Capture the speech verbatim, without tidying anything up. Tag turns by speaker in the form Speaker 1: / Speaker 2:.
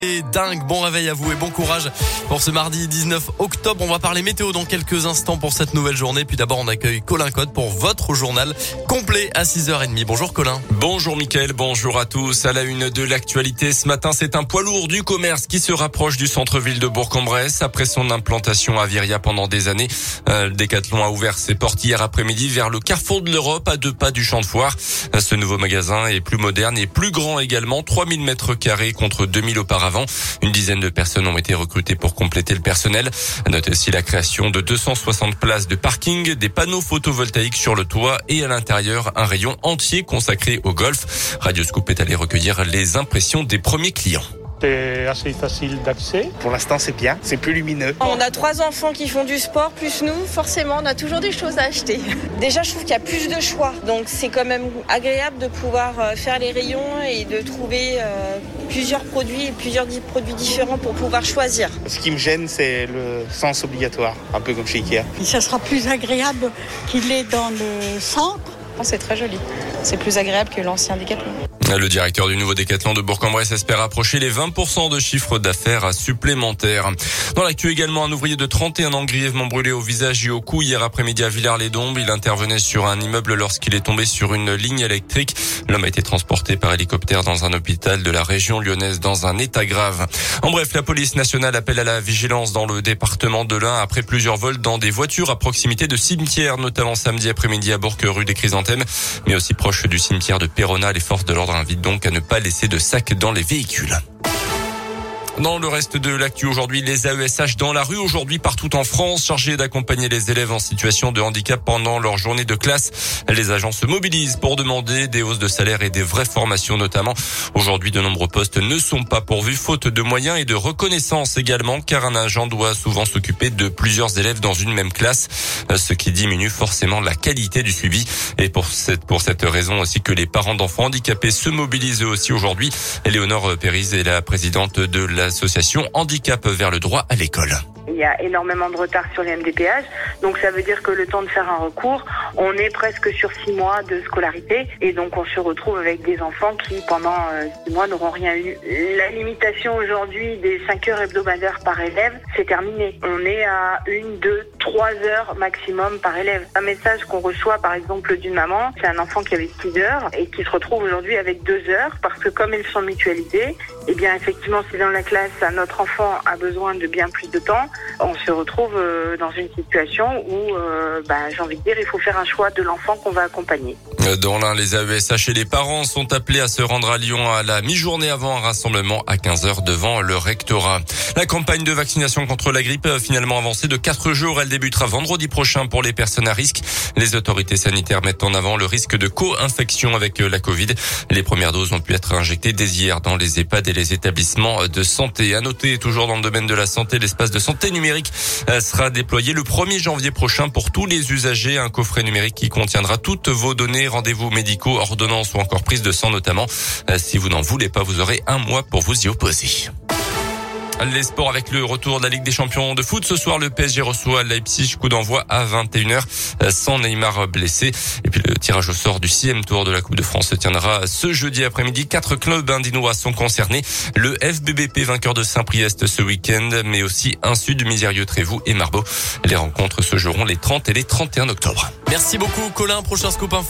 Speaker 1: Et dingue, bon réveil à vous et bon courage pour ce mardi dix-neuf octobre. On va parler météo dans quelques instants pour cette nouvelle journée. Puis d'abord, on accueille Colin Cotte pour votre journal complet à six heures trente. Bonjour Colin.
Speaker 2: Bonjour Mickaël, bonjour à tous. À la une de l'actualité ce matin, c'est un poids lourd du commerce qui se rapproche du centre-ville de Bourg-en-Bresse. Après son implantation à Viria pendant des années, euh, le Décathlon a ouvert ses portes hier après-midi vers le carrefour de l'Europe à deux pas du champ de foire. Ce nouveau magasin est plus moderne et plus grand également, trois mille mètres carrés contre deux mille auparavant. Une dizaine de personnes ont été recrutées pour compléter le personnel. Notez aussi la création de deux cent soixante places de parking, des panneaux photovoltaïques sur le toit et à l'intérieur un rayon entier consacré au golf. Radio Scoop est allé recueillir les impressions des premiers clients.
Speaker 3: C'est assez facile d'accès.
Speaker 4: Pour l'instant, c'est bien, c'est plus lumineux.
Speaker 5: On a trois enfants qui font du sport, plus nous, forcément, on a toujours des choses à acheter. Déjà, je trouve qu'il y a plus de choix, donc c'est quand même agréable de pouvoir faire les rayons et de trouver euh, plusieurs produits et plusieurs produits différents pour pouvoir choisir.
Speaker 4: Ce qui me gêne, c'est le sens obligatoire, un peu comme chez Ikea.
Speaker 6: Ça sera plus agréable qu'il est dans le centre.
Speaker 5: C'est très joli. C'est plus agréable que l'ancien Décathlon.
Speaker 2: Le directeur du nouveau Décathlon de Bourg-en-Bresse espère approcher les vingt pour cent de chiffre d'affaires supplémentaires. Dans l'actu également, un ouvrier de trente et un ans grièvement brûlé au visage et au cou hier après-midi à Villars-les-Dombes. Il intervenait sur un immeuble lorsqu'il est tombé sur une ligne électrique. L'homme a été transporté par hélicoptère dans un hôpital de la région lyonnaise dans un état grave. En bref, la police nationale appelle à la vigilance dans le département de l'Ain après plusieurs vols dans des voitures à proximité de cimetières, notamment samedi après-midi à Bourg, rue des Chrysanthèmes, mais aussi proche du cimetière de Péronat. Les forces de l'ordre invitent donc à ne pas laisser de sacs dans les véhicules. Dans le reste de l'actu aujourd'hui, les A E S H dans la rue aujourd'hui partout en France, chargés d'accompagner les élèves en situation de handicap pendant leur journée de classe. Les agents se mobilisent pour demander des hausses de salaire et des vraies formations notamment. Aujourd'hui, de nombreux postes ne sont pas pourvus, faute de moyens et de reconnaissance également, car un agent doit souvent s'occuper de plusieurs élèves dans une même classe, ce qui diminue forcément la qualité du suivi. Et pour cette, pour cette raison aussi que les parents d'enfants handicapés se mobilisent eux aussi aujourd'hui. Éléonore Périse est la présidente de la l'association Handicap vers le droit à l'école.
Speaker 7: Il y a énormément de retard sur les M D P H, donc ça veut dire que le temps de faire un recours, on est presque sur six mois de scolarité et donc on se retrouve avec des enfants qui pendant euh, six mois n'auront rien eu. La limitation aujourd'hui des cinq heures hebdomadaires par élève, c'est terminé. On est à une, deux, trois heures maximum par élève. Un message qu'on reçoit par exemple d'une maman, c'est un enfant qui avait six heures et qui se retrouve aujourd'hui avec deux heures parce que comme elles sont mutualisées, eh bien effectivement si dans la classe notre enfant a besoin de bien plus de temps, on se retrouve dans une situation où, euh, bah, j'ai envie de dire, il faut faire un choix de l'enfant qu'on va accompagner.
Speaker 2: Dans l'Ain, les A E S H et les parents sont appelés à se rendre à Lyon à la mi-journée avant un rassemblement à quinze heures devant le rectorat. La campagne de vaccination contre la grippe a finalement avancé de quatre jours. Elle débutera vendredi prochain pour les personnes à risque. Les autorités sanitaires mettent en avant le risque de co-infection avec la Covid. Les premières doses ont pu être injectées dès hier dans les EHPAD et les établissements de santé. À noter, toujours dans le domaine de la santé, l'espace de santé numérique sera déployé le premier janvier prochain pour tous les usagers. Un coffret numérique qui contiendra toutes vos données, rendez-vous médicaux, ordonnances ou encore prise de sang notamment. Si vous n'en voulez pas, vous aurez un mois pour vous y opposer. Les sports avec le retour de la Ligue des Champions de foot. Ce soir, le P S G reçoit Leipzig. Coup d'envoi à vingt et une heures sans Neymar blessé. Et puis le tirage au sort du sixième tour de la Coupe de France se tiendra ce jeudi après-midi. Quatre clubs indinois sont concernés. Le F B B P vainqueur de Saint-Priest ce week-end, mais aussi un Sud, Misérieux, Trévoux et Marbeau. Les rencontres se joueront les trente et les trente et un octobre.
Speaker 1: Merci beaucoup Colin. Prochain scoop info.